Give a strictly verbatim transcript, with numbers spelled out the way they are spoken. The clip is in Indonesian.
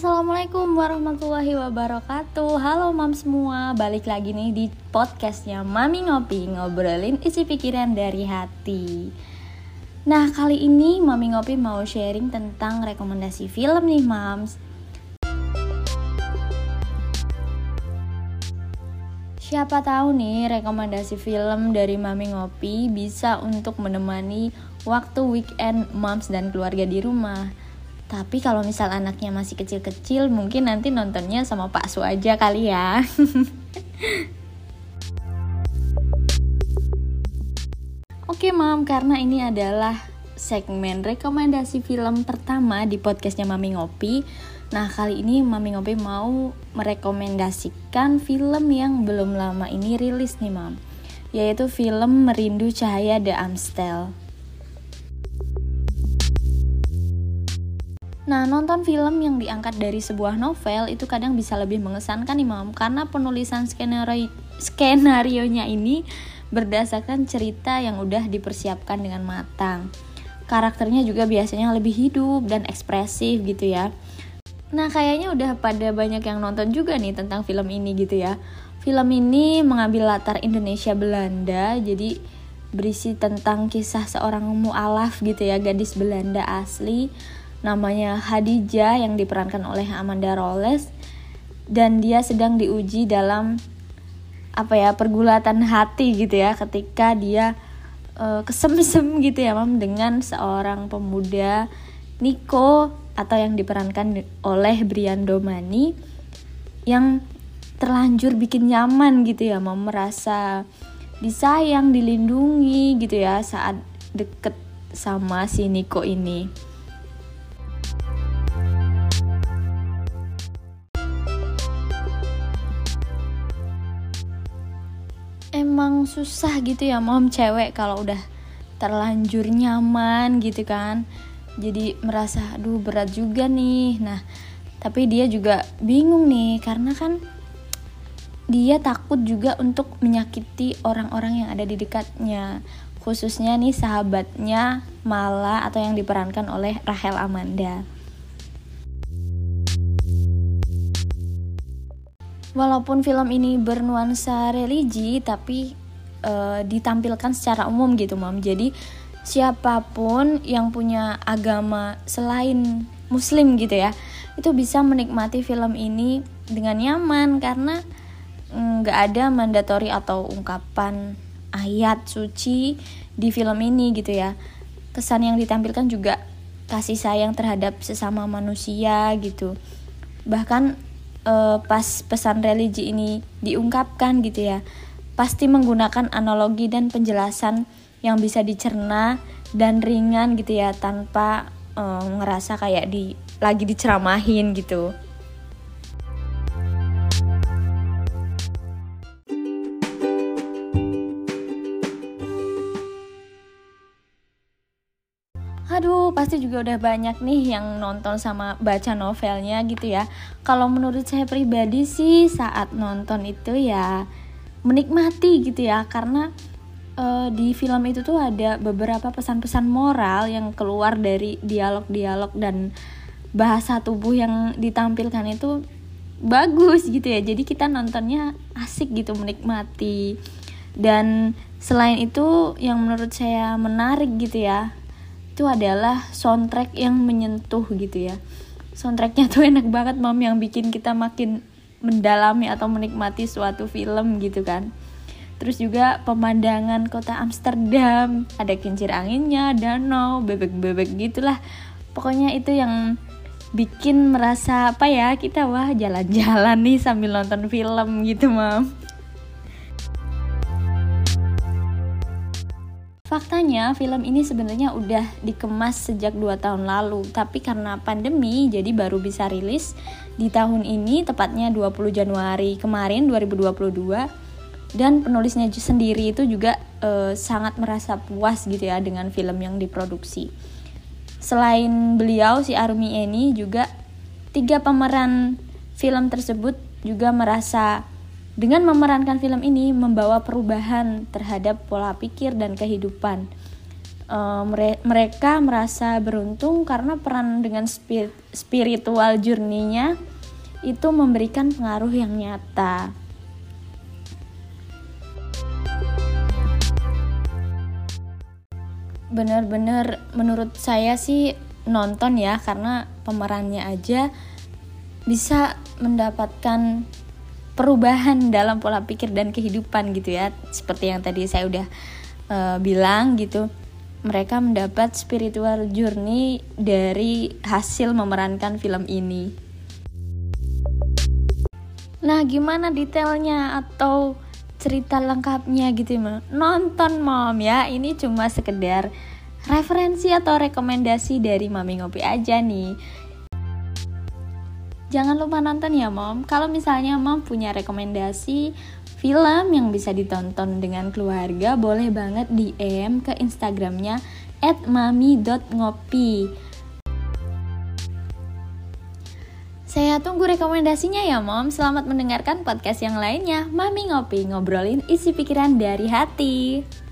Assalamualaikum warahmatullahi wabarakatuh. Halo mam semua, balik lagi nih di podcastnya Mami Ngopi, ngobrolin isi pikiran dari hati. Nah kali ini Mami Ngopi mau sharing tentang rekomendasi film nih mams. Siapa tahu nih rekomendasi film dari Mami Ngopi bisa untuk menemani waktu weekend mams dan keluarga di rumah. Tapi kalau misal anaknya masih kecil-kecil, mungkin nanti nontonnya sama Pak Su aja kali ya. Oke mam, karena ini adalah segmen rekomendasi film pertama di podcastnya Mami Ngopi. Nah kali ini Mami Ngopi mau merekomendasikan film yang belum lama ini rilis nih mam, yaitu film Merindu Cahaya de Amstel. Nah, nonton film yang diangkat dari sebuah novel itu kadang bisa lebih mengesankan nih mam, karena penulisan skenario skenarionya ini berdasarkan cerita yang udah dipersiapkan dengan matang. Karakternya juga biasanya lebih hidup dan ekspresif gitu ya. Nah, kayaknya udah pada banyak yang nonton juga nih tentang film ini gitu ya. Film ini mengambil latar Indonesia Belanda, jadi berisi tentang kisah seorang mu'alaf gitu ya, gadis Belanda asli. Namanya Hadijah yang diperankan oleh Amanda Rolles, dan dia sedang diuji dalam apa ya pergulatan hati gitu ya, ketika dia e, kesemsem gitu ya mam dengan seorang pemuda Niko atau yang diperankan oleh Brian Domani yang terlanjur bikin nyaman gitu ya mam, merasa disayang, dilindungi gitu ya saat deket sama si Niko ini. Emang susah gitu ya mom, cewek kalau udah terlanjur nyaman gitu kan, jadi merasa aduh berat juga nih. Nah tapi dia juga bingung nih, karena kan dia takut juga untuk menyakiti orang-orang yang ada di dekatnya, khususnya nih sahabatnya Mala atau yang diperankan oleh Rachel Amanda. Walaupun film ini bernuansa religi, tapi e, ditampilkan secara umum gitu mam. Jadi siapapun yang punya agama selain muslim gitu ya, itu bisa menikmati film ini dengan nyaman, karena nggak ada mandatori atau ungkapan ayat suci di film ini gitu ya. Kesan yang ditampilkan juga kasih sayang terhadap sesama manusia gitu. Bahkan Uh, pas pesan religi ini diungkapkan gitu ya, pasti menggunakan analogi dan penjelasan yang bisa dicerna dan ringan gitu ya, tanpa uh, ngerasa kayak di lagi diceramahin gitu. Aduh, pasti juga udah banyak nih yang nonton sama baca novelnya gitu ya. Kalau menurut saya pribadi sih, saat nonton itu ya menikmati gitu ya, karena e, di film itu tuh ada beberapa pesan-pesan moral yang keluar dari dialog-dialog dan bahasa tubuh yang ditampilkan itu bagus gitu ya. Jadi kita nontonnya asik gitu, menikmati. Dan selain itu yang menurut saya menarik gitu ya, itu adalah soundtrack yang menyentuh gitu ya. Soundtracknya tuh enak banget mam, yang bikin kita makin mendalami atau menikmati suatu film gitu kan. Terus juga pemandangan kota Amsterdam, ada kincir anginnya, danau, bebek-bebek gitulah. Pokoknya itu yang bikin merasa apa ya, kita wah jalan-jalan nih sambil nonton film gitu mam. Faktanya film ini sebenarnya udah dikemas sejak dua tahun lalu, tapi karena pandemi jadi baru bisa rilis di tahun ini, tepatnya dua puluh Januari kemarin dua ribu dua puluh dua. Dan penulisnya sendiri itu juga e, sangat merasa puas gitu ya dengan film yang diproduksi. Selain beliau, si Arumi Eni juga, tiga pemeran film tersebut juga merasa dengan memerankan film ini membawa perubahan terhadap pola pikir dan kehidupan. uh, mere- mereka merasa beruntung karena peran dengan spir- spiritual journey-nya itu memberikan pengaruh yang nyata. Bener-bener menurut saya sih nonton ya, karena pemerannya aja bisa mendapatkan perubahan dalam pola pikir dan kehidupan gitu ya. Seperti yang tadi saya udah uh, bilang gitu, mereka mendapat spiritual journey dari hasil memerankan film ini. Nah, gimana detailnya atau cerita lengkapnya gitu ya? Nonton Mom ya, ini cuma sekedar referensi atau rekomendasi dari Mami Ngopi aja nih. Jangan lupa nonton ya Mom. Kalau misalnya Mom punya rekomendasi film yang bisa ditonton dengan keluarga, boleh banget D M ke Instagramnya et mami dot ngopi. Saya tunggu rekomendasinya ya Mom. Selamat mendengarkan podcast yang lainnya. Mami Ngopi, ngobrolin isi pikiran dari hati.